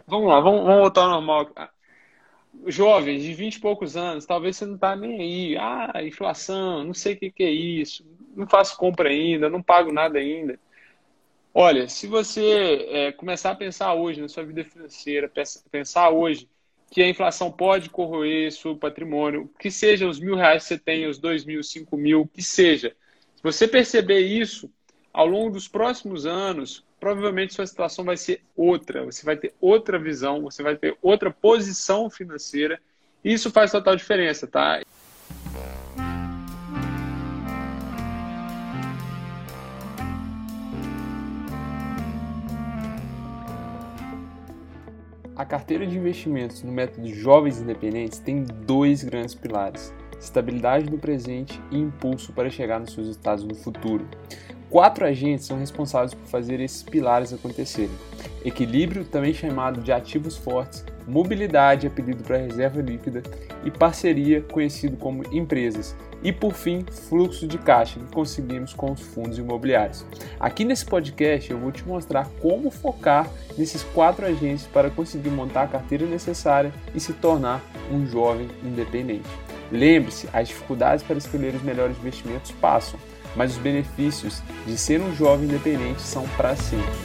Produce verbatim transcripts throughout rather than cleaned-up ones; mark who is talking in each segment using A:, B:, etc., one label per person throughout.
A: Vamos lá, vamos, vamos voltar ao normal. Jovens de vinte e poucos anos, talvez você não está nem aí. Ah, inflação, não sei o que que é isso, não faço compra ainda, não pago nada ainda. Olha, se você é, começar a pensar hoje na sua vida financeira, pens- pensar hoje que a inflação pode corroer seu patrimônio, que seja os mil reais que você tem, os dois mil, cinco mil, que seja. Se você perceber isso ao longo dos próximos anos, provavelmente sua situação vai ser outra. Você vai ter outra visão, você vai ter outra posição financeira. Isso faz total diferença, tá?
B: A carteira de investimentos no método Jovens Independentes tem dois grandes pilares: estabilidade no presente e impulso para chegar nos seus resultados no futuro. Quatro agentes são responsáveis por fazer esses pilares acontecerem: equilíbrio, também chamado de ativos fortes; mobilidade, apelido para reserva líquida; e parceria, conhecido como empresas; e, por fim, fluxo de caixa, que conseguimos com os fundos imobiliários. Aqui nesse podcast eu vou te mostrar como focar nesses quatro agentes para conseguir montar a carteira necessária e se tornar um jovem independente. Lembre-se, as dificuldades para escolher os melhores investimentos passam, mas os benefícios de ser um jovem independente são para sempre.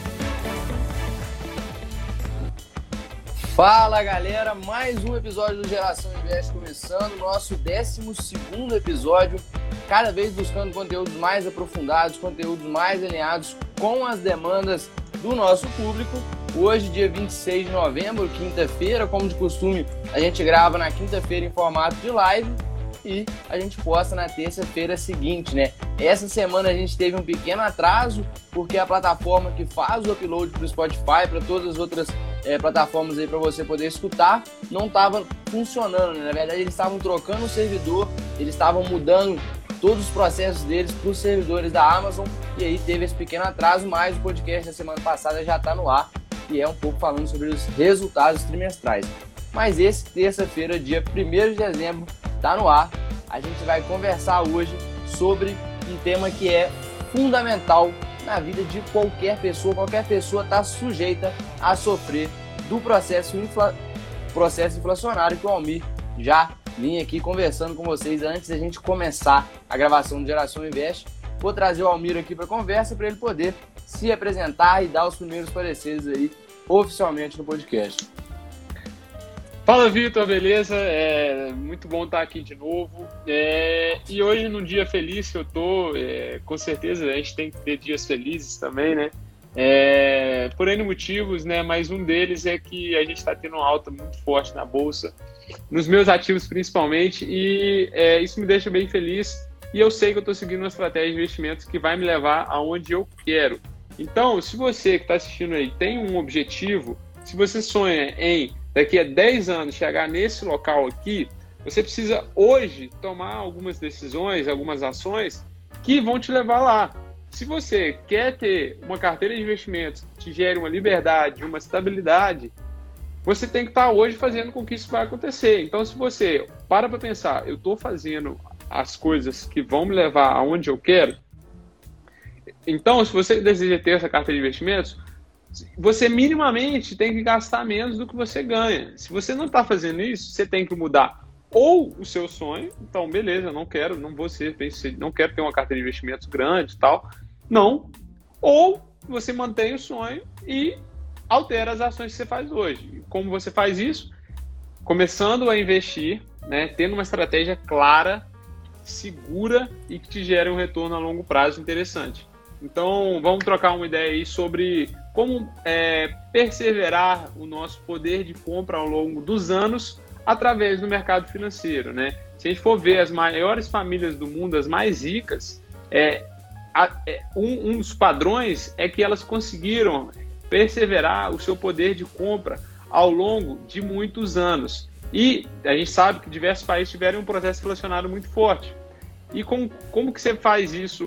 C: Fala galera, mais um episódio do Geração Invest começando, nosso décimo segundo episódio, cada vez buscando conteúdos mais aprofundados, conteúdos mais alinhados com as demandas do nosso público. Hoje, dia vinte e seis de novembro, quinta-feira, como de costume, a gente grava na quinta-feira em formato de live e a gente posta na terça-feira seguinte, né? Essa semana a gente teve um pequeno atraso, porque a plataforma que faz o upload para o Spotify, para todas as outras é, plataformas aí para você poder escutar, não estava funcionando, né? Na verdade, eles estavam trocando o servidor, eles estavam mudando todos os processos deles para os servidores da Amazon, e aí teve esse pequeno atraso, mas o podcast da semana passada já está no ar, e é um pouco falando sobre os resultados trimestrais. Mas esse, terça-feira, dia primeiro de dezembro, está no ar. A gente vai conversar hoje sobre um tema que é fundamental na vida de qualquer pessoa. Qualquer pessoa está sujeita a sofrer do processo, infla... processo inflacionário que o Almir já vinha aqui conversando com vocês antes da gente começar a gravação do Geração Invest. Vou trazer o Almir aqui para a conversa para ele poder se apresentar e dar os primeiros pareceres aí oficialmente no podcast.
A: Fala, Vitor, beleza? É muito bom estar aqui de novo. É, e hoje, num dia feliz que eu tô, é, com certeza a gente tem que ter dias felizes também, né? É, por N motivos, né? Mas um deles é que a gente está tendo uma alta muito forte na Bolsa, nos meus ativos principalmente, e é, isso me deixa bem feliz. E eu sei que eu estou seguindo uma estratégia de investimentos que vai me levar aonde eu quero. Então, se você que está assistindo aí tem um objetivo, se você sonha em daqui a dez anos chegar nesse local aqui, você precisa hoje tomar algumas decisões, algumas ações que vão te levar lá. Se você quer ter uma carteira de investimentos que te gere uma liberdade, uma estabilidade, você tem que estar hoje fazendo com que isso vai acontecer. Então, se você para para pensar, eu estou fazendo as coisas que vão me levar aonde eu quero, então, se você deseja ter essa carteira de investimentos, você minimamente tem que gastar menos do que você ganha. Se você não está fazendo isso, você tem que mudar ou o seu sonho. Então, beleza, eu não quero, não vou ser, não quero ter uma carteira de investimentos grande e tal. Não. Ou você mantém o sonho e altera as ações que você faz hoje. Como você faz isso? Começando a investir, né, tendo uma estratégia clara, segura e que te gere um retorno a longo prazo interessante. Então, vamos trocar uma ideia aí sobre como é, perseverar o nosso poder de compra ao longo dos anos através do mercado financeiro, né? Se a gente for ver as maiores famílias do mundo, as mais ricas, é, a, é, um, um dos padrões é que elas conseguiram perseverar o seu poder de compra ao longo de muitos anos. E a gente sabe que diversos países tiveram um processo inflacionário muito forte. E como, como que você faz isso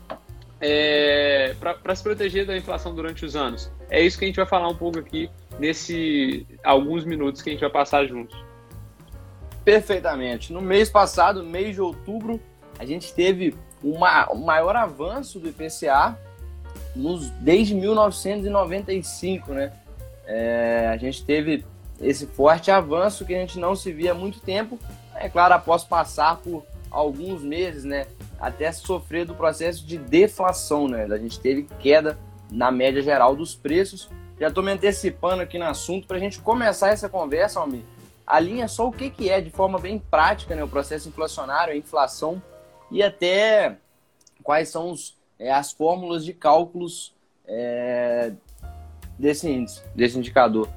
A: É, para se proteger da inflação durante os anos? É isso que a gente vai falar um pouco aqui nesse alguns minutos que a gente vai passar juntos.
C: Perfeitamente. No mês passado, mês de outubro, a gente teve uma, o maior avanço do I P C A nos, desde mil novecentos e noventa e cinco, né? é, a gente teve esse forte avanço que a gente não se via há muito tempo, é claro, após passar por alguns meses, né, até sofrer do processo de deflação, né, a gente teve queda na média geral dos preços. Já estou me antecipando aqui no assunto para a gente começar essa conversa, Almir. Alinha só o que, que é, de forma bem prática, né, o processo inflacionário, a inflação, e até quais são os, é, as fórmulas de cálculos é, desse índice, desse indicador.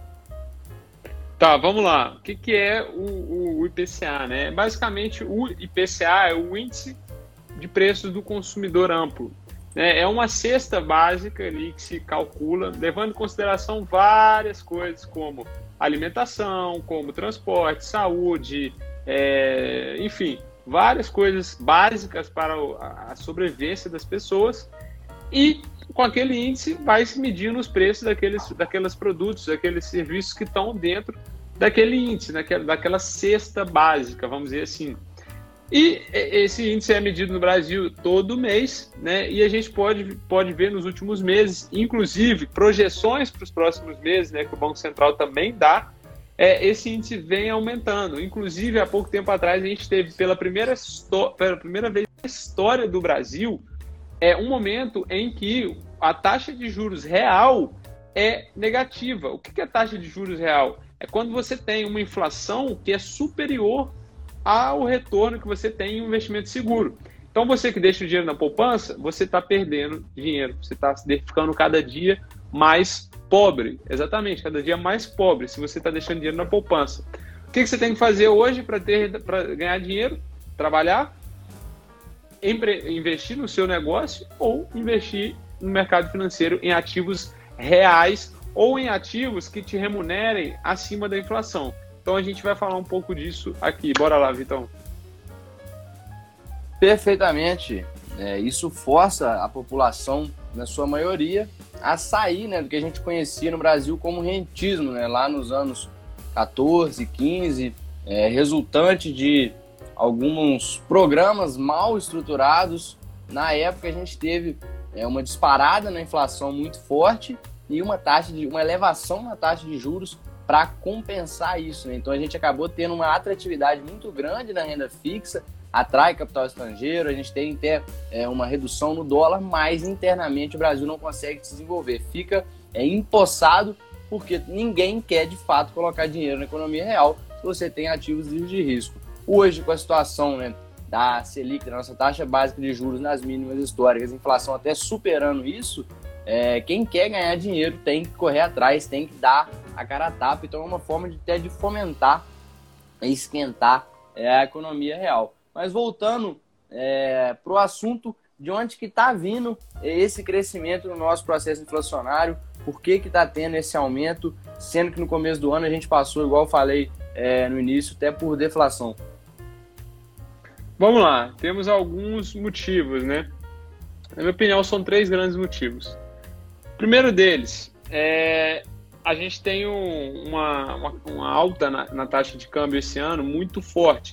A: Tá, vamos lá. O que, que é o, o I P C A, né? Basicamente, o I P C A é o Índice de Preços do Consumidor Amplo. É uma cesta básica ali que se calcula, levando em consideração várias coisas, como alimentação, como transporte, saúde, é, enfim, várias coisas básicas para a sobrevivência das pessoas. E com aquele índice vai se medindo os preços daqueles, daqueles produtos, daqueles serviços que estão dentro daquele índice, daquela, daquela cesta básica, vamos dizer assim. E esse índice é medido no Brasil todo mês, né? E a gente pode, pode ver nos últimos meses, inclusive projeções para os próximos meses, né, que o Banco Central também dá, é, esse índice vem aumentando. Inclusive, há pouco tempo atrás, a gente teve pela primeira, pela primeira vez na história do Brasil, é um momento em que a taxa de juros real é negativa. O que é taxa de juros real? É quando você tem uma inflação que é superior ao retorno que você tem em um investimento seguro. Então, você que deixa o dinheiro na poupança, você está perdendo dinheiro. Você está ficando cada dia mais pobre. Exatamente, cada dia mais pobre, se você está deixando dinheiro na poupança. O que você tem que fazer hoje para ter, para ganhar dinheiro? Trabalhar, investir no seu negócio ou investir no mercado financeiro em ativos reais ou em ativos que te remunerem acima da inflação. Então a gente vai falar um pouco disso aqui. Bora lá, Vitão.
C: Perfeitamente. É, isso força a população, na sua maioria, a sair, né, do que a gente conhecia no Brasil como rentismo, né, lá nos anos quatorze, quinze, é, resultante de alguns programas mal estruturados. Na época a gente teve é, uma disparada na inflação muito forte e uma taxa de uma elevação na taxa de juros para compensar isso, né? Então a gente acabou tendo uma atratividade muito grande na renda fixa, atrai capital estrangeiro, a gente tem até é, uma redução no dólar, mas internamente o Brasil não consegue se desenvolver, fica é, empossado porque ninguém quer de fato colocar dinheiro na economia real se você tem ativos livres de risco. Hoje, com a situação, né, da Selic, da nossa taxa básica de juros nas mínimas históricas, inflação até superando isso, é, quem quer ganhar dinheiro tem que correr atrás, tem que dar a cara a tapa. Então é uma forma de, até de fomentar e esquentar é, a economia real. Mas voltando é, para o assunto de onde que está vindo esse crescimento no nosso processo inflacionário, por que que está tendo esse aumento, sendo que no começo do ano a gente passou, igual eu falei é, no início, até por deflação.
A: Vamos lá, temos alguns motivos, né? Na minha opinião, são três grandes motivos. O primeiro deles é a gente tem um, uma, uma, uma alta na, na taxa de câmbio esse ano muito forte.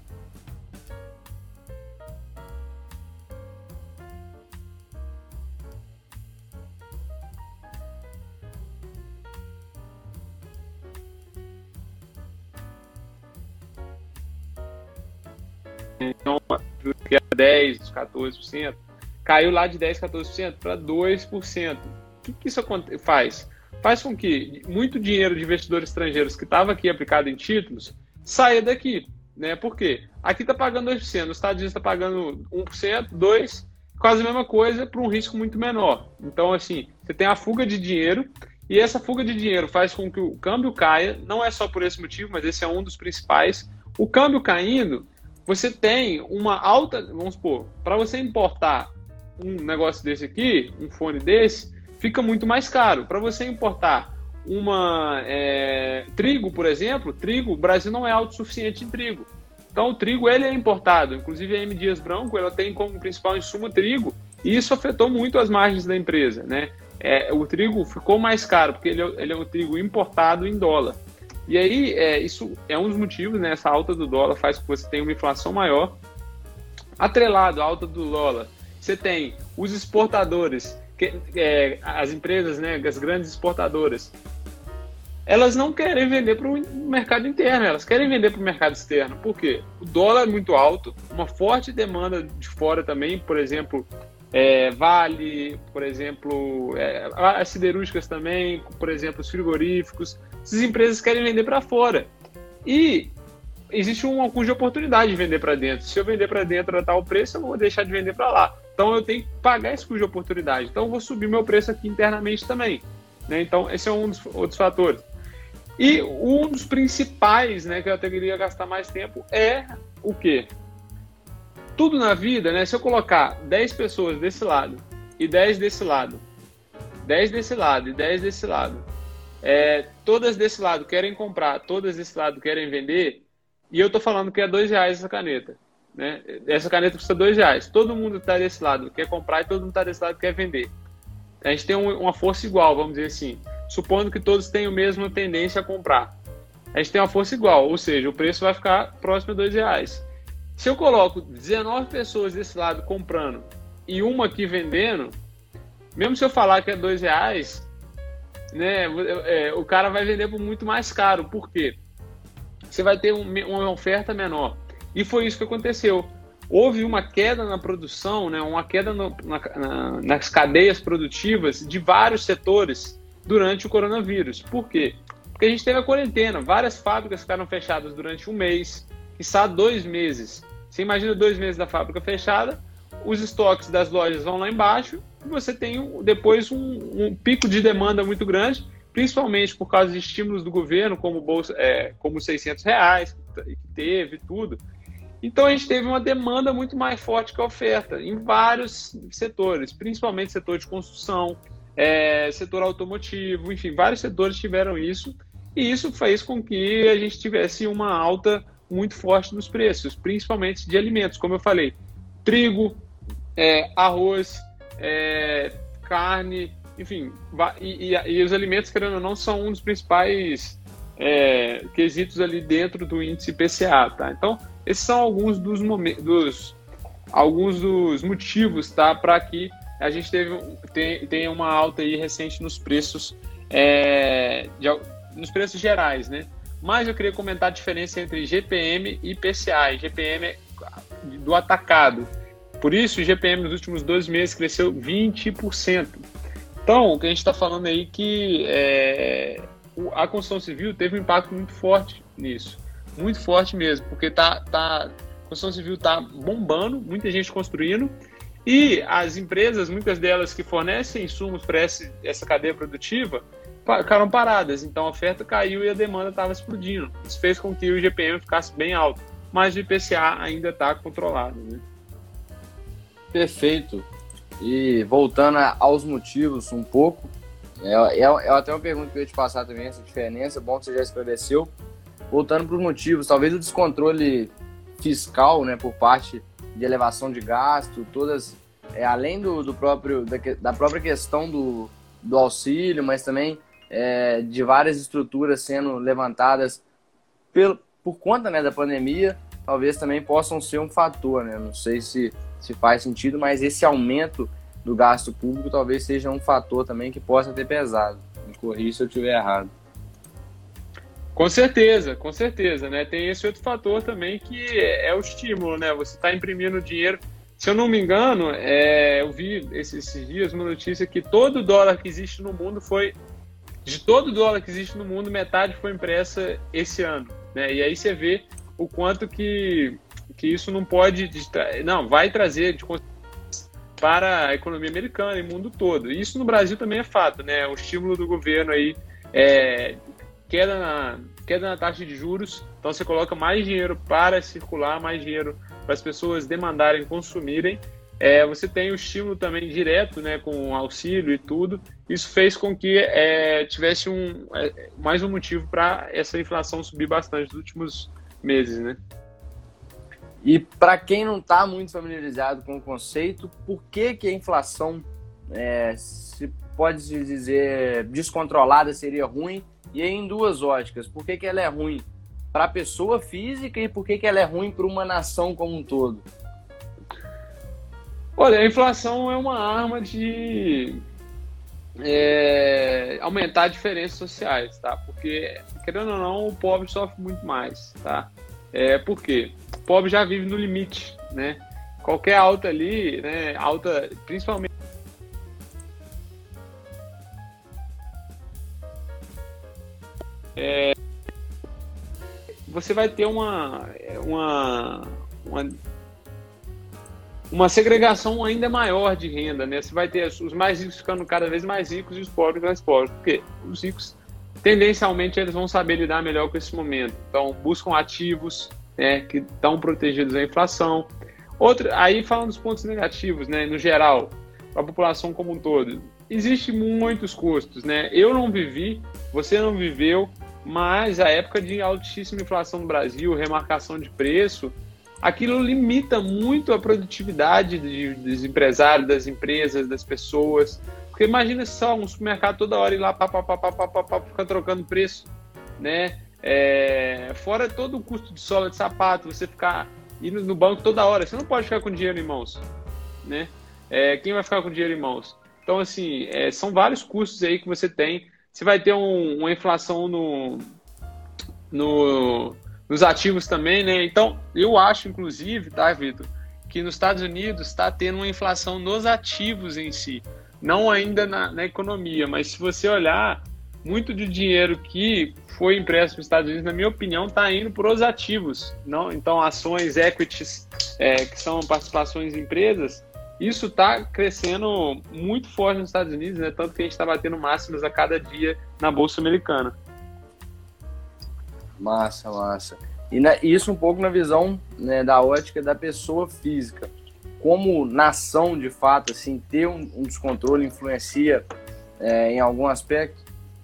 A: Então, que era dez, quatorze por cento, caiu lá de dez, quatorze por cento para dois por cento. O que, que isso faz? Faz com que muito dinheiro de investidores estrangeiros que estava aqui aplicado em títulos saia daqui, né? Por quê? Aqui está pagando dois por cento, os Estados Unidos está pagando um por cento, dois por cento, quase a mesma coisa para um risco muito menor. Então, assim, você tem a fuga de dinheiro e essa fuga de dinheiro faz com que o câmbio caia, não é só por esse motivo, mas esse é um dos principais. O câmbio caindo, você tem uma alta, vamos supor, para você importar um negócio desse aqui, um fone desse, fica muito mais caro. Para você importar uma é, trigo, por exemplo, trigo, o Brasil não é autossuficiente em trigo. Então o trigo ele é importado, inclusive a M. Dias Branco ela tem como principal insumo trigo, e isso afetou muito as margens da empresa, né? É, o trigo ficou mais caro, porque ele é, ele é um trigo importado em dólar. E aí, é, isso é um dos motivos, né? Essa alta do dólar faz com que você tenha uma inflação maior. Atrelado à alta do dólar, você tem os exportadores, que, é, as empresas, né, as grandes exportadoras, elas não querem vender para o mercado interno, elas querem vender para o mercado externo. Por quê? O dólar é muito alto, uma forte demanda de fora também, por exemplo, é, Vale, por exemplo, é, as siderúrgicas também, por exemplo, os frigoríficos. Essas empresas querem vender para fora. E existe um custo de oportunidade de vender para dentro. Se eu vender para dentro a tal preço, eu não vou deixar de vender para lá. Então eu tenho que pagar esse custo de oportunidade. Então eu vou subir meu preço aqui internamente também. Né? Então esse é um dos outros fatores. E um dos principais, né, que eu até queria gastar mais tempo é o quê? Tudo na vida, né? Se eu colocar dez pessoas desse lado e dez desse lado, dez desse lado e dez desse lado, é, todas desse lado querem comprar, todas desse lado querem vender, e eu tô falando que é dois reais essa caneta, né? Essa caneta custa dois reais. Todo mundo está desse lado quer comprar e todo mundo está desse lado quer vender. A gente tem um, uma força igual, vamos dizer assim. Supondo que todos tenham a mesma tendência a comprar. A gente tem uma força igual, ou seja, o preço vai ficar próximo a dois reais. Se eu coloco dezenove pessoas desse lado comprando e uma aqui vendendo, mesmo se eu falar que é dois reais, né, é, o cara vai vender por muito mais caro. Por quê? Você vai ter um, uma oferta menor. E foi isso que aconteceu. Houve uma queda na produção, né, uma queda no, na, na, nas cadeias produtivas de vários setores durante o coronavírus. Por quê? Porque a gente teve a quarentena. Várias fábricas ficaram fechadas durante um mês, quiçá dois meses. Você imagina dois meses da fábrica fechada, os estoques das lojas vão lá embaixo e você tem depois um, um pico de demanda muito grande, principalmente por causa de estímulos do governo, como bolsa, é, como seiscentos reais, que teve tudo. Então a gente teve uma demanda muito mais forte que a oferta em vários setores, principalmente setor de construção, é, setor automotivo, enfim, vários setores tiveram isso, e isso fez com que a gente tivesse uma alta muito forte nos preços, principalmente de alimentos, como eu falei, trigo, é, arroz, é, carne, enfim, e, e, e os alimentos, querendo ou não, são um dos principais é, quesitos ali dentro do índice I P C A, tá? Então, esses são alguns dos, dos, alguns dos motivos, tá, para que a gente teve, tem, tenha uma alta aí recente nos preços, é, de, nos preços gerais, né? Mas eu queria comentar a diferença entre G P M e I P C A. G P M é do atacado. Por isso, o G P M nos últimos dois meses cresceu vinte por cento. Então, o que a gente está falando aí é que é, a construção civil teve um impacto muito forte nisso. Muito forte mesmo, porque tá, tá, a construção civil está bombando, muita gente construindo, e as empresas, muitas delas que fornecem insumos para essa cadeia produtiva, ficaram paradas. Então a oferta caiu e a demanda estava explodindo. Isso fez com que o G P M ficasse bem alto, mas o I P C A ainda está controlado, né?
C: Perfeito. E voltando aos motivos um pouco, é, é, é até uma pergunta que eu ia te passar também, essa diferença, bom que você já esclareceu. Voltando para os motivos, talvez o descontrole fiscal, né, por parte de elevação de gasto, todas, é, além do, do próprio, da, da própria questão do, do auxílio, mas também é, de várias estruturas sendo levantadas pelo, por conta, né, da pandemia, talvez também possam ser um fator, né? Não sei se, se faz sentido, mas esse aumento do gasto público talvez seja um fator também que possa ter pesado. Me corrija se eu estiver errado.
A: Com certeza, com certeza, né? Tem esse outro fator também que é o estímulo, né? Você está imprimindo dinheiro. Se eu não me engano, é, eu vi esses, esses dias uma notícia que todo dólar que existe no mundo foi... De todo dólar que existe no mundo, metade foi impressa esse ano, né? E aí você vê o quanto que, que isso não pode... Não, vai trazer de para a economia americana e o mundo todo. E isso no Brasil também é fato, né? O estímulo do governo aí é... Queda na, queda na taxa de juros, então você coloca mais dinheiro para circular, mais dinheiro para as pessoas demandarem, consumirem. É, você tem o estímulo também direto, né, com auxílio e tudo. Isso fez com que é, tivesse um, é, mais um motivo para essa inflação subir bastante nos últimos meses, né?
C: E para quem não está muito familiarizado com o conceito, por que, que a inflação, é, se pode se dizer, descontrolada seria ruim? E aí, em duas óticas, por que, que ela é ruim para a pessoa física e por que, que ela é ruim para uma nação como um todo?
A: Olha, a inflação é uma arma de... é, aumentar diferenças sociais, tá? Porque, querendo ou não, o pobre sofre muito mais, tá? É, por quê? O pobre já vive no limite, né? Qualquer alta ali, né? Alta, principalmente é, você vai ter uma, uma, uma, uma segregação ainda maior de renda, né? Você vai ter os mais ricos ficando cada vez mais ricos e os pobres mais pobres, porque os ricos, tendencialmente, eles vão saber lidar melhor com esse momento. Então, buscam ativos, né, que estão protegidos da inflação. Outro, aí, falando dos pontos negativos, né, no geral, para a população como um todo, existem muitos custos, né? Eu não vivi, você não viveu, mas a época de altíssima inflação no Brasil, remarcação de preço, aquilo limita muito a produtividade de, dos empresários, das empresas, das pessoas. Porque imagina só um supermercado toda hora ir lá, pá, pá, pá, pá, pá, pá, pá, ficar trocando preço, né? É, fora todo o custo de sola de sapato, você ficar indo no banco toda hora, você não pode ficar com dinheiro em mãos, né? É, quem vai ficar com dinheiro em mãos? Então, assim, é, são vários custos aí que você tem. Você vai ter um, uma inflação no, no, nos ativos também, né? Então, eu acho, inclusive, tá, Vitor, que nos Estados Unidos está tendo uma inflação nos ativos em si, não ainda na, na economia, mas se você olhar, muito do dinheiro que foi impresso nos Estados Unidos, na minha opinião, está indo para os ativos. Não? Então, ações, equities, é, que são participações em empresas, isso está crescendo muito forte nos Estados Unidos, né? Tanto que a gente está batendo máximas a cada dia na Bolsa Americana.
C: Massa, massa. E na, isso um pouco na visão, né, da ótica da pessoa física. Como nação, de fato, assim, ter um, um descontrole influencia é, em algum aspecto?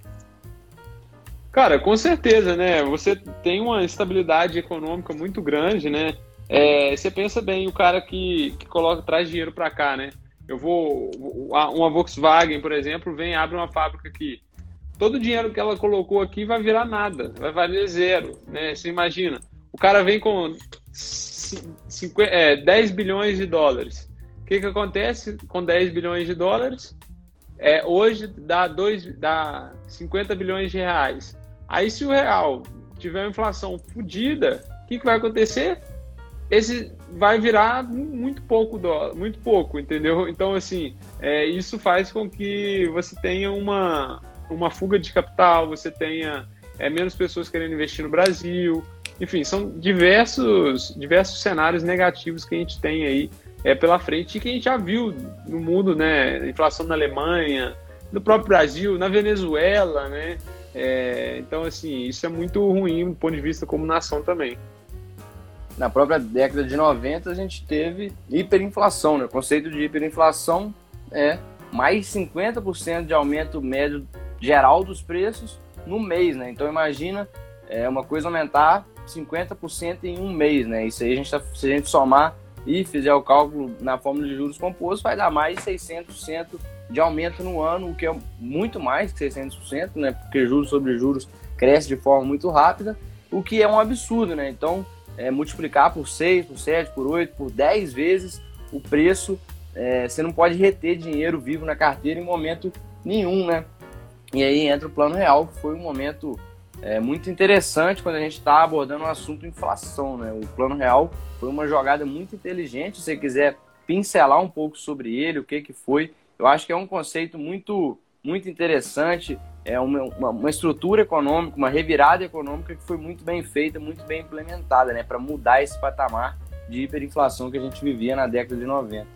A: Cara, com certeza, né? Você tem uma estabilidade econômica muito grande, né? É, você pensa bem, o cara que, que coloca, traz dinheiro para cá, né? Eu vou, uma Volkswagen, por exemplo, vem, abre uma fábrica aqui. Todo o dinheiro que ela colocou aqui vai virar nada, vai valer zero, né? Você imagina, o cara vem com cinquenta, é, dez bilhões de dólares. O que que acontece com dez bilhões de dólares? É, hoje dá, dois, dá cinquenta bilhões de reais. Aí, se o real tiver uma inflação fodida, o que que vai acontecer? Esse vai virar muito pouco dólar, muito pouco, entendeu? Então, assim, é, isso faz com que você tenha uma, uma fuga de capital, você tenha é, menos pessoas querendo investir no Brasil. Enfim, são diversos, diversos cenários negativos que a gente tem aí é, pela frente e que a gente já viu no mundo, né? Inflação na Alemanha, no próprio Brasil, na Venezuela, né? É, então, assim, isso é muito ruim do ponto de vista como nação também.
C: Na própria década de noventa, a gente teve hiperinflação, né? O conceito de hiperinflação é mais cinquenta por cento de aumento médio geral dos preços no mês, né? Então, imagina é, uma coisa aumentar cinquenta por cento em um mês, né? Isso aí, a gente tá, se a gente somar e fizer o cálculo na fórmula de juros compostos, vai dar mais de seiscentos por cento de aumento no ano, o que é muito mais que seiscentos por cento, né? Porque juros sobre juros cresce de forma muito rápida, o que é um absurdo, né? Então, é, multiplicar por seis, por sete, por oito, por dez vezes o preço, é, você não pode reter dinheiro vivo na carteira em momento nenhum, né? E aí entra o Plano Real, que foi um momento é, muito interessante quando a gente está abordando o assunto inflação, né? O Plano Real foi uma jogada muito inteligente. Se você quiser pincelar um pouco sobre ele, o que, que foi, eu acho que é um conceito muito, muito interessante, é uma, uma, uma estrutura econômica, uma revirada econômica que foi muito bem feita, muito bem implementada, né? Para mudar esse patamar de hiperinflação que a gente vivia na década de noventa.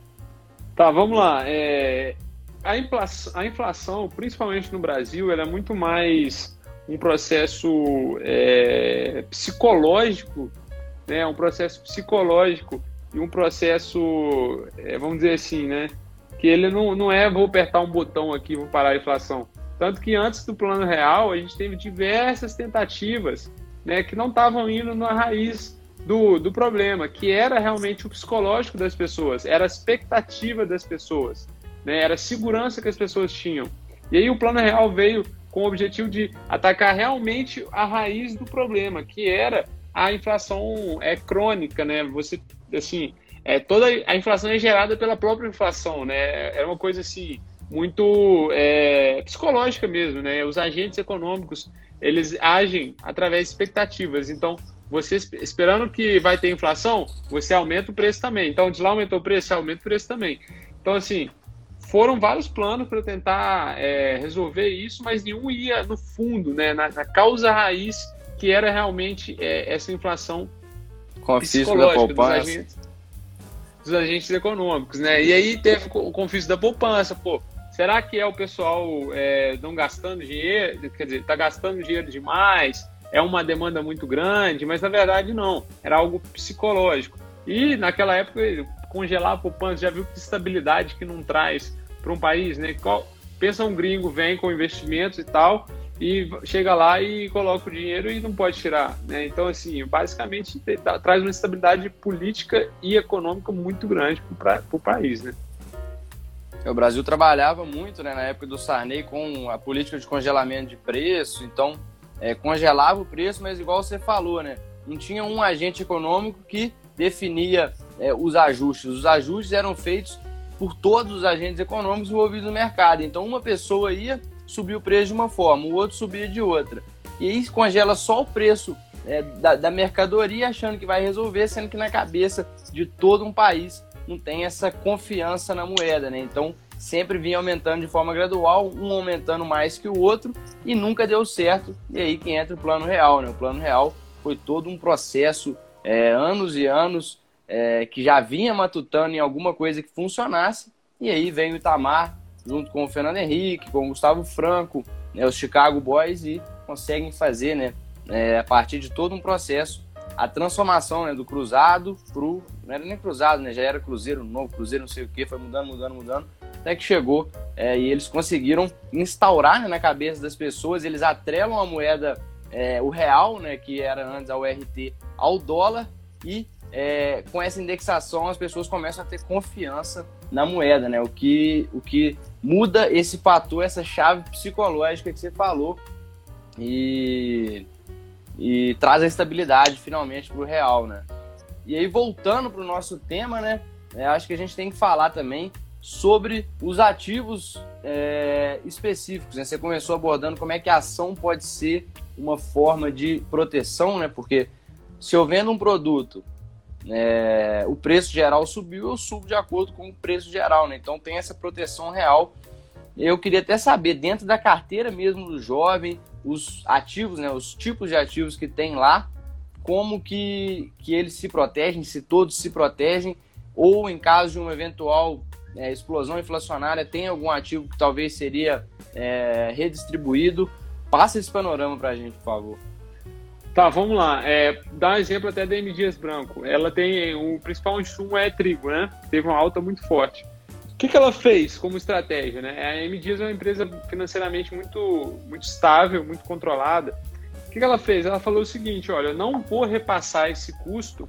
A: Tá, vamos lá. É, a, inflação, a inflação, principalmente no Brasil, ela é muito mais um processo é, psicológico, né? Um processo psicológico e um processo, é, vamos dizer assim, né? Que ele não, não é vou apertar um botão aqui, vou parar a inflação. Tanto que antes do Plano Real, a gente teve diversas tentativas, né, que não estavam indo na raiz do, do problema, que era realmente o psicológico das pessoas, era a expectativa das pessoas, né, era a segurança que as pessoas tinham. E aí o Plano Real veio com o objetivo de atacar realmente a raiz do problema, que era a inflação é, crônica, né? Você, assim, é, toda a inflação é gerada pela própria inflação, né? Era uma coisa assim, muito é, psicológica mesmo, né? Os agentes econômicos, eles agem através de expectativas. Então, você esperando que vai ter inflação, você aumenta o preço também. Então, de lá aumentou o preço, você aumenta o preço também. Então, assim, foram vários planos para tentar é, resolver isso, mas nenhum ia no fundo, né? Na, na causa raiz, que era realmente é, essa inflação psicológica dos agentes, dos agentes econômicos, né? E aí teve o confisco da poupança, pô. Será que é o pessoal é, não gastando dinheiro, quer dizer, está gastando dinheiro demais, é uma demanda muito grande, mas na verdade não, era algo psicológico. E naquela época, congelar a poupança, já viu que estabilidade que não traz para um país, né? Qual, pensa um gringo, vem com investimentos e tal, e chega lá e coloca o dinheiro e não pode tirar, né? Então, assim, basicamente traz uma estabilidade política e econômica muito grande para o país, né?
C: O Brasil trabalhava muito, né, na época do Sarney com a política de congelamento de preço, então é, congelava o preço, mas igual você falou, né, não tinha um agente econômico que definia é, os ajustes. Os ajustes eram feitos por todos os agentes econômicos envolvidos no mercado. Então uma pessoa ia subir o preço de uma forma, o outro subia de outra. E aí congela só o preço é, da, da mercadoria achando que vai resolver, sendo que na cabeça de todo um país não tem essa confiança na moeda, né? Então, sempre vinha aumentando de forma gradual, um aumentando mais que o outro, e nunca deu certo. E aí que entra o Plano Real, né? O Plano Real foi todo um processo, é, anos e anos, é, que já vinha matutando em alguma coisa que funcionasse, e aí vem o Itamar, junto com o Fernando Henrique, com o Gustavo Franco, né, os Chicago Boys, e conseguem fazer, né, é, a partir de todo um processo, a transformação, né, do cruzado pro... Não era nem cruzado, né? Já era cruzeiro novo, cruzeiro não sei o que, foi mudando, mudando, mudando, até que chegou é, e eles conseguiram instaurar, né, na cabeça das pessoas, eles atrelam a moeda, é, o real, né, que era antes a U R T, ao dólar, e é, com essa indexação as pessoas começam a ter confiança na moeda, né? O que, o que muda esse fator, essa chave psicológica que você falou, e... e traz a estabilidade finalmente para o real, né? E aí, voltando para o nosso tema, né? É, acho que a gente tem que falar também sobre os ativos é, específicos, né? Você começou abordando como é que a ação pode ser uma forma de proteção, né? Porque se eu vendo um produto, é, o preço geral subiu, eu subo de acordo com o preço geral, né? Então tem essa proteção real. Eu queria até saber, dentro da carteira mesmo do jovem, os ativos, né, os tipos de ativos que tem lá, como que, que eles se protegem, se todos se protegem, ou em caso de uma eventual é, explosão inflacionária, tem algum ativo que talvez seria é, redistribuído. Passa esse panorama para a gente, por favor.
A: Tá, vamos lá. É, dá um exemplo até da M. Dias Branco. Ela tem, o principal insumo é trigo, né? Teve uma alta muito forte. O que, que ela fez como estratégia, né? A M. Dias é uma empresa financeiramente muito, muito estável, muito controlada. O que, que ela fez? Ela falou o seguinte, olha, eu não vou repassar esse custo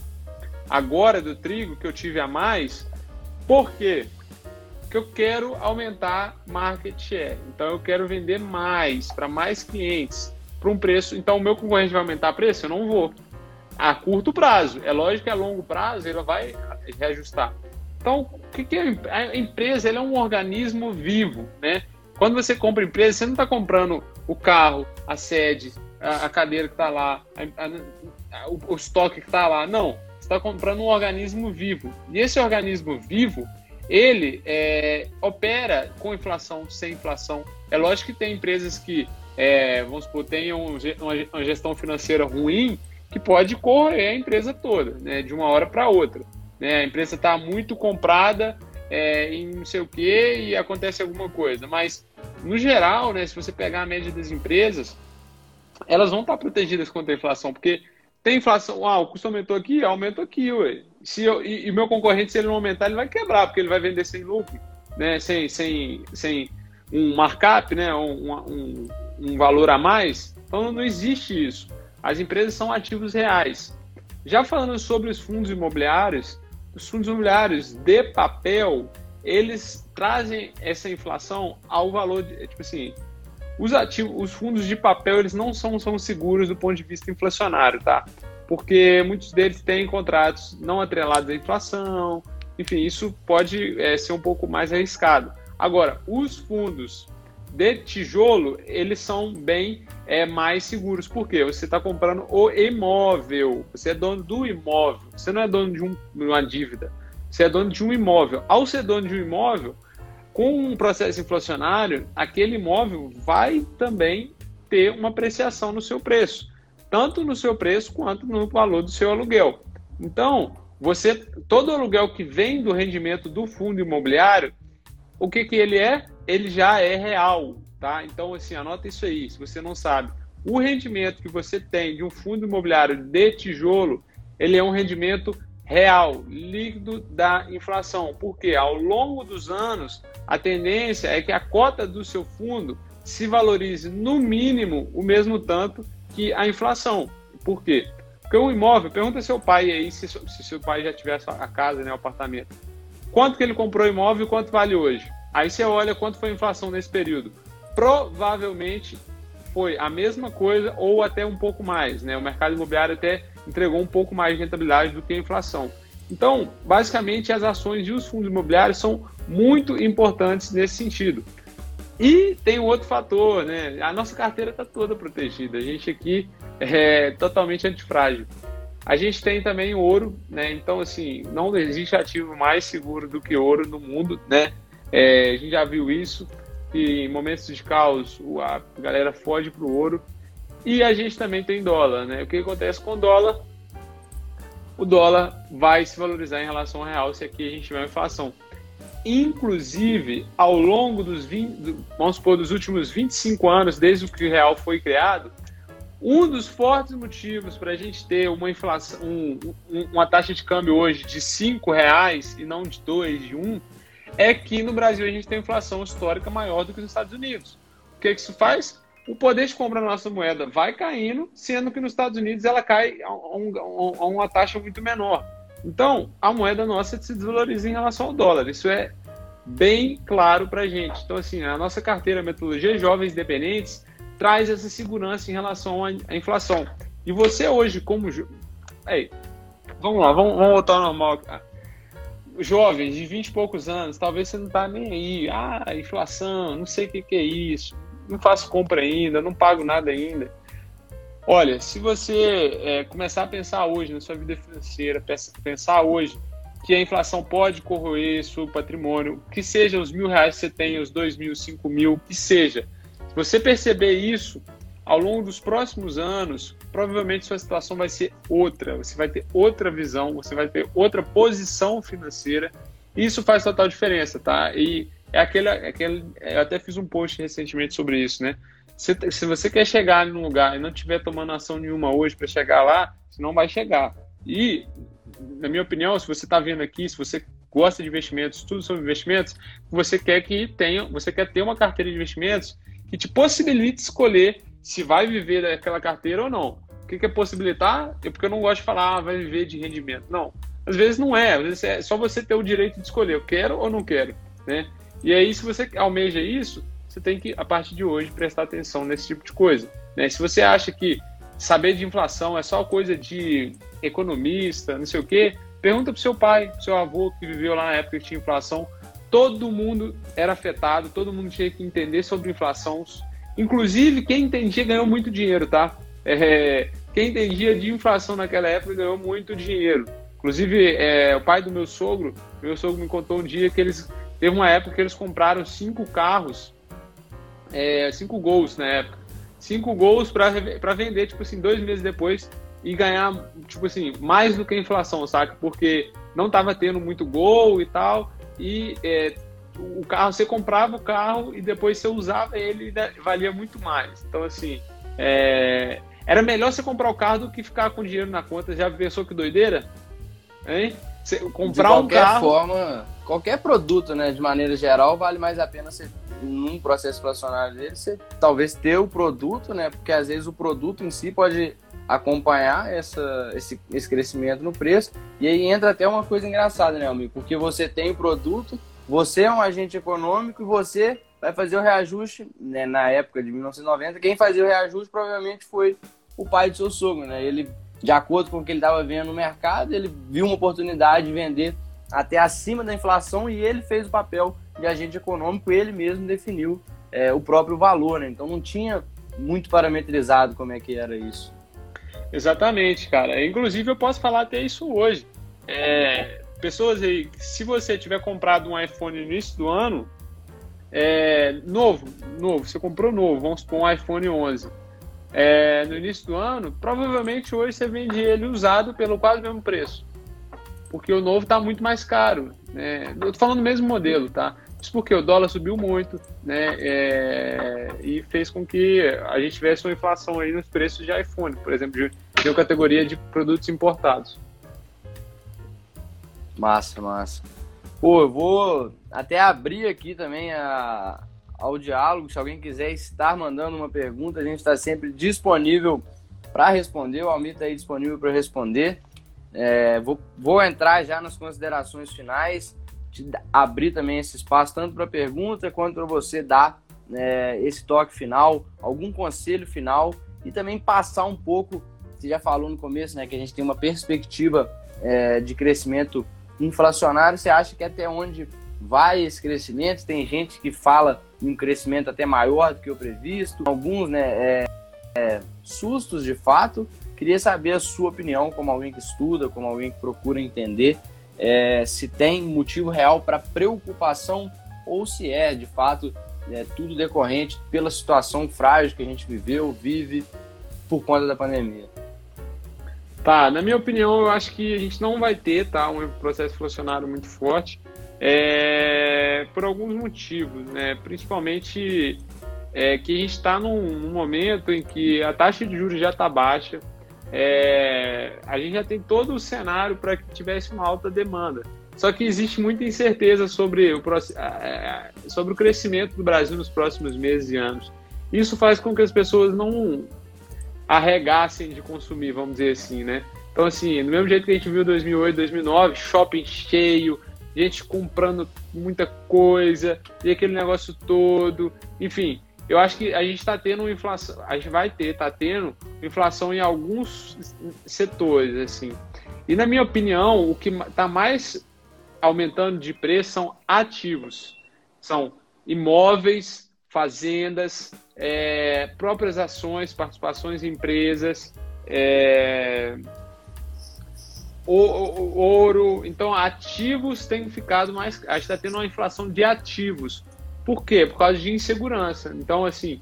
A: agora do trigo que eu tive a mais, por quê? Porque eu quero aumentar market share. Então eu quero vender mais, para mais clientes, para um preço. Então o meu concorrente vai aumentar o preço? Eu não vou. A curto prazo. É lógico que a longo prazo ele vai reajustar. Então, o que, que é a empresa? Ela é um organismo vivo, né? Quando você compra empresa, você não está comprando o carro, a sede, a, a cadeira que está lá, a, a, o, o estoque que está lá. Não, você está comprando um organismo vivo. E esse organismo vivo, ele é, opera com inflação, sem inflação. É lógico que tem empresas que, é, vamos supor, tenham uma gestão financeira ruim, que pode correr a empresa toda, né, de uma hora para outra. Né? A empresa está muito comprada é, em não sei o que e acontece alguma coisa. Mas, no geral, né, se você pegar a média das empresas, elas vão estar protegidas contra a inflação, porque tem inflação, ah, o custo aumentou aqui, aumentou aqui, ué. Se eu, e o meu concorrente, se ele não aumentar, ele vai quebrar, porque ele vai vender sem lucro, né, sem, sem, sem um markup, né, um, um, um valor a mais. Então, não existe isso. As empresas são ativos reais. Já falando sobre os fundos imobiliários, os fundos imobiliários de papel, eles trazem essa inflação ao valor de, tipo assim, os ativos, os fundos de papel, eles não são, são seguros do ponto de vista inflacionário, tá? Porque muitos deles têm contratos não atrelados à inflação, enfim, isso pode é, ser um pouco mais arriscado. Agora, os fundos de tijolo, eles são bem é, mais seguros. Por quê? Você está comprando o imóvel, você é dono do imóvel, você não é dono de um, uma dívida, você é dono de um imóvel. Ao ser dono de um imóvel, com um processo inflacionário, aquele imóvel vai também ter uma apreciação no seu preço, tanto no seu preço quanto no valor do seu aluguel. Então, você, todo aluguel que vem do rendimento do fundo imobiliário, o que, que ele é? Ele já é real, tá? Então, assim, anota isso aí, se você não sabe. O rendimento que você tem de um fundo imobiliário de tijolo, ele é um rendimento real, líquido da inflação. Porque ao longo dos anos, a tendência é que a cota do seu fundo se valorize no mínimo o mesmo tanto que a inflação. Por quê? Porque um imóvel, pergunta ao seu pai aí, se, se seu pai já tivesse a casa, né, o apartamento. Quanto que ele comprou o imóvel e quanto vale hoje? Aí você olha quanto foi a inflação nesse período. Provavelmente foi a mesma coisa ou até um pouco mais, né? O mercado imobiliário até entregou um pouco mais de rentabilidade do que a inflação. Então, basicamente, as ações e os fundos imobiliários são muito importantes nesse sentido. E tem um outro fator, né? A nossa carteira está toda protegida. A gente aqui é totalmente antifrágil. A gente tem também ouro, né? Então, assim, não existe ativo mais seguro do que ouro no mundo, né? É, a gente já viu isso, que em momentos de caos a galera foge para o ouro. E a gente também tem dólar, né? O que acontece com o dólar? O dólar vai se valorizar em relação ao real se aqui a gente tiver uma inflação. Inclusive, ao longo dos, vinte, vamos supor, dos últimos vinte e cinco anos, desde que o real foi criado, um dos fortes motivos para a gente ter uma inflação, um, um, uma taxa de câmbio hoje de cinco reais e não de dois, de um, é que no Brasil a gente tem inflação histórica maior do que nos Estados Unidos. O que, que isso faz? O poder de compra da nossa moeda vai caindo, sendo que nos Estados Unidos ela cai a, um, a uma taxa muito menor. Então, a moeda nossa se desvaloriza em relação ao dólar. Isso é bem claro para a gente. Então, assim, a nossa carteira Metodologia Jovens Independentes traz essa segurança em relação à inflação. E você hoje, como... Ei, vamos lá, vamos, vamos voltar ao normal. Jovens de vinte e poucos anos, talvez você não está nem aí. Ah, inflação, não sei o que, que é isso. Não faço compra ainda, não pago nada ainda. Olha, se você é, começar a pensar hoje na sua vida financeira, pensar hoje que a inflação pode corroer seu patrimônio, que seja os mil reais que você tem, os dois mil, cinco mil, que seja. Se você perceber isso, ao longo dos próximos anos, provavelmente sua situação vai ser outra. Você vai ter outra visão, você vai ter outra posição financeira. Isso faz total diferença, tá? E é aquele, aquele, eu até fiz um post recentemente sobre isso, né? Se, se você quer chegar num lugar e não estiver tomando ação nenhuma hoje para chegar lá, você não vai chegar. E, na minha opinião, se você está vendo aqui, se você gosta de investimentos, estuda sobre investimentos, você quer que tenha, você quer ter uma carteira de investimentos que te possibilite escolher se vai viver daquela carteira ou não. O que é possibilitar? É porque eu não gosto de falar, ah, vai viver de rendimento. Não. Às vezes não é. Às vezes é só você ter o direito de escolher, eu quero ou não quero, né? E aí, se você almeja isso, você tem que, a partir de hoje, prestar atenção nesse tipo de coisa, né? Se você acha que saber de inflação é só coisa de economista, não sei o quê, pergunta pro seu pai, pro seu avô, que viveu lá na época que tinha inflação. Todo mundo era afetado, todo mundo tinha que entender sobre inflação. Inclusive, quem entendia ganhou muito dinheiro, tá? É, quem entendia de inflação naquela época ganhou muito dinheiro. Inclusive, é, o pai do meu sogro, meu sogro me contou um dia que eles... Teve uma época que eles compraram cinco carros, é, cinco gols na época. Cinco gols para vender, tipo assim, dois meses depois e ganhar, tipo assim, mais do que a inflação, saca? Porque não tava tendo muito gol e tal. E é, o carro, você comprava o carro e depois você usava ele e valia muito mais. Então, assim, é, era melhor você comprar o carro do que ficar com dinheiro na conta. Já pensou que doideira? Hein? Você comprar um carro...
C: De qualquer forma, qualquer produto, né, de maneira geral, vale mais a pena você, num processo inflacionário dele, você talvez ter o produto, né, porque às vezes o produto em si pode acompanhar essa, esse, esse crescimento no preço, e aí entra até uma coisa engraçada, né, amigo, porque você tem o produto, você é um agente econômico e você vai fazer o reajuste, né, na época de mil novecentos e noventa, quem fazia o reajuste provavelmente foi o pai do seu sogro, né, ele... De acordo com o que ele estava vendo no mercado, ele viu uma oportunidade de vender até acima da inflação e ele fez o papel de agente econômico, ele mesmo definiu é, o próprio valor, né? Então não tinha muito parametrizado como é que era isso.
A: Exatamente, cara. Inclusive eu posso falar até isso hoje. É, pessoas aí, se você tiver comprado um iPhone no início do ano, é, novo, novo, você comprou novo, vamos supor um iPhone onze, é, no início do ano, provavelmente hoje você vende ele usado pelo quase mesmo preço, porque o novo está muito mais caro, né? Eu tô falando do mesmo modelo, tá? Isso porque o dólar subiu muito, né? É, e fez com que a gente tivesse uma inflação aí nos preços de iPhone, por exemplo, de, de categoria de produtos importados.
C: Massa, massa. Pô, eu vou até abrir aqui também a, ao diálogo. Se alguém quiser estar mandando uma pergunta, a gente está sempre disponível para responder. O Almir está aí disponível para responder. É, vou, vou entrar já nas considerações finais, te abrir também esse espaço tanto para pergunta quanto para você dar é, esse toque final, algum conselho final e também passar um pouco. Você já falou no começo, né, que a gente tem uma perspectiva é, de crescimento inflacionário. Você acha que até onde vai esse crescimento? Tem gente que fala em um crescimento até maior do que o previsto, alguns, né, é, é, sustos de fato. Queria saber a sua opinião como alguém que estuda, como alguém que procura entender é, se tem motivo real para preocupação ou se é, de fato, é, tudo decorrente pela situação frágil que a gente viveu, vive por conta da pandemia.
A: Tá, na minha opinião, eu acho que a gente não vai ter, tá, um processo inflacionário muito forte, é, por alguns motivos, né? Principalmente é, que a gente está num, num momento em que a taxa de juros já está baixa, é, a gente já tem todo o cenário para que tivesse uma alta demanda. Só que existe muita incerteza sobre o, sobre o crescimento do Brasil nos próximos meses e anos. Isso faz com que as pessoas não arregassem de consumir, vamos dizer assim, né? Então, assim, do mesmo jeito que a gente viu dois mil e oito, dois mil e nove, shopping cheio, gente comprando muita coisa, e aquele negócio todo, enfim, eu acho que a gente está tendo uma inflação, a gente vai ter, está tendo inflação em alguns setores, assim. E, na minha opinião, o que está mais aumentando de preço são ativos, são imóveis, fazendas, é, próprias ações, participações em empresas, é, o, o, ouro. Então, ativos têm ficado mais... A gente está tendo uma inflação de ativos. Por quê? Por causa de insegurança. Então, assim,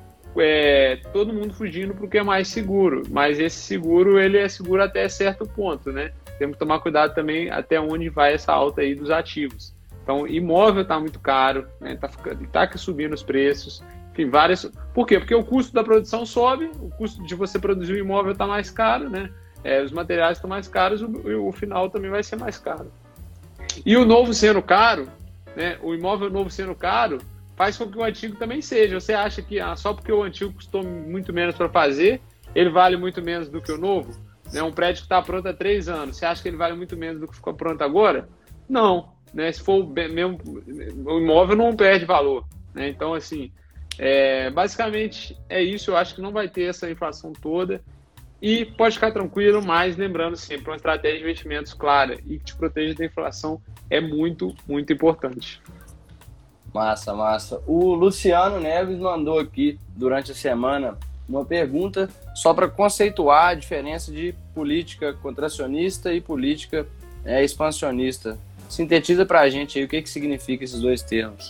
A: é, todo mundo fugindo para o que é mais seguro. Mas esse seguro, ele é seguro até certo ponto, né? Temos que tomar cuidado também até onde vai essa alta aí dos ativos. Então, imóvel está muito caro, né? Tá, tá subindo os preços, enfim, várias... Por quê? Porque o custo da produção sobe, o custo de você produzir um imóvel está mais caro, né? É, os materiais estão mais caros, o, o final também vai ser mais caro. E o novo sendo caro, né? O imóvel novo sendo caro, faz com que o antigo também seja. Você acha que ah, só porque o antigo custou muito menos para fazer, ele vale muito menos do que o novo? Né? Um prédio que está pronto há três anos, você acha que ele vale muito menos do que ficou pronto agora? Não. Né, se for mesmo, o imóvel não perde valor, né? Então, assim, é, basicamente é isso. Eu acho que não vai ter essa inflação toda e pode ficar tranquilo, mas lembrando sempre, uma estratégia de investimentos clara e que te proteja da inflação é muito, muito importante.
C: Massa, massa. O Luciano Neves mandou aqui durante a semana uma pergunta só para conceituar a diferença de política contracionista e política é, expansionista. Sintetiza para a gente aí o que, que significa esses dois termos.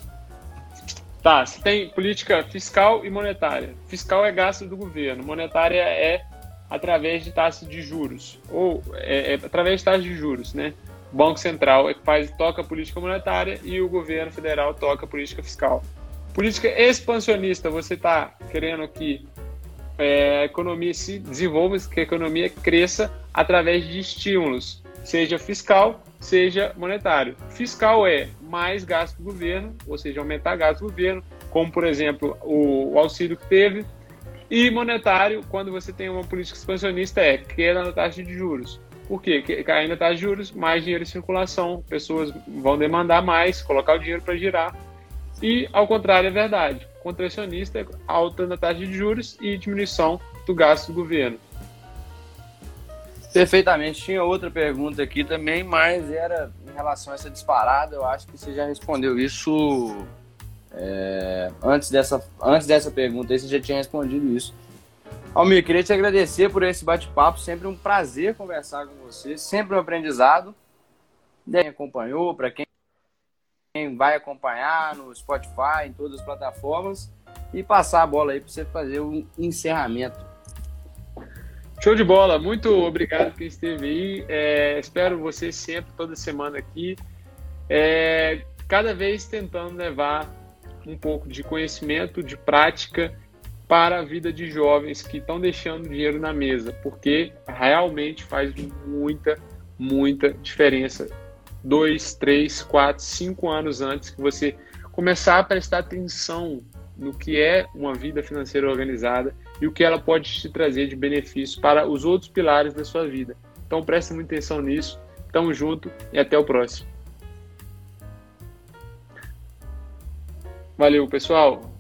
A: Tá, você tem política fiscal e monetária. Fiscal é gasto do governo, monetária é através de taxas de juros, ou é, é através de taxas de juros, né? O Banco Central é que faz, toca a política monetária e o governo federal toca a política fiscal. Política expansionista, você está querendo que é, a economia se desenvolva, que a economia cresça através de estímulos, seja fiscal, seja monetário. Fiscal é mais gasto do governo, ou seja, aumentar gasto do governo, como, por exemplo, o, o auxílio que teve. E monetário, quando você tem uma política expansionista, é queda na taxa de juros. Por quê? Caindo na taxa de juros, mais dinheiro em circulação, pessoas vão demandar mais, colocar o dinheiro para girar. E, ao contrário, é verdade. Contracionista é alta na taxa de juros e diminuição do gasto do governo.
C: Perfeitamente. Tinha outra pergunta aqui também, mas era em relação a essa disparada. Eu acho que você já respondeu isso é, antes, dessa, antes dessa pergunta aí, você já tinha respondido isso. Almir, queria te agradecer por esse bate-papo. Sempre um prazer conversar com você, sempre um aprendizado. Quem acompanhou, para quem vai acompanhar no Spotify, em todas as plataformas, e passar a bola aí para você fazer um encerramento.
A: Show de bola, muito obrigado por quem esteve aí. É, espero você sempre, toda semana aqui. É, cada vez tentando levar um pouco de conhecimento, de prática para a vida de jovens que estão deixando dinheiro na mesa, porque realmente faz muita, muita diferença. Dois, três, quatro, cinco anos antes que você começar a prestar atenção no que é uma vida financeira organizada e o que ela pode te trazer de benefício para os outros pilares da sua vida. Então preste muita atenção nisso. Tamo junto e até o próximo. Valeu, pessoal!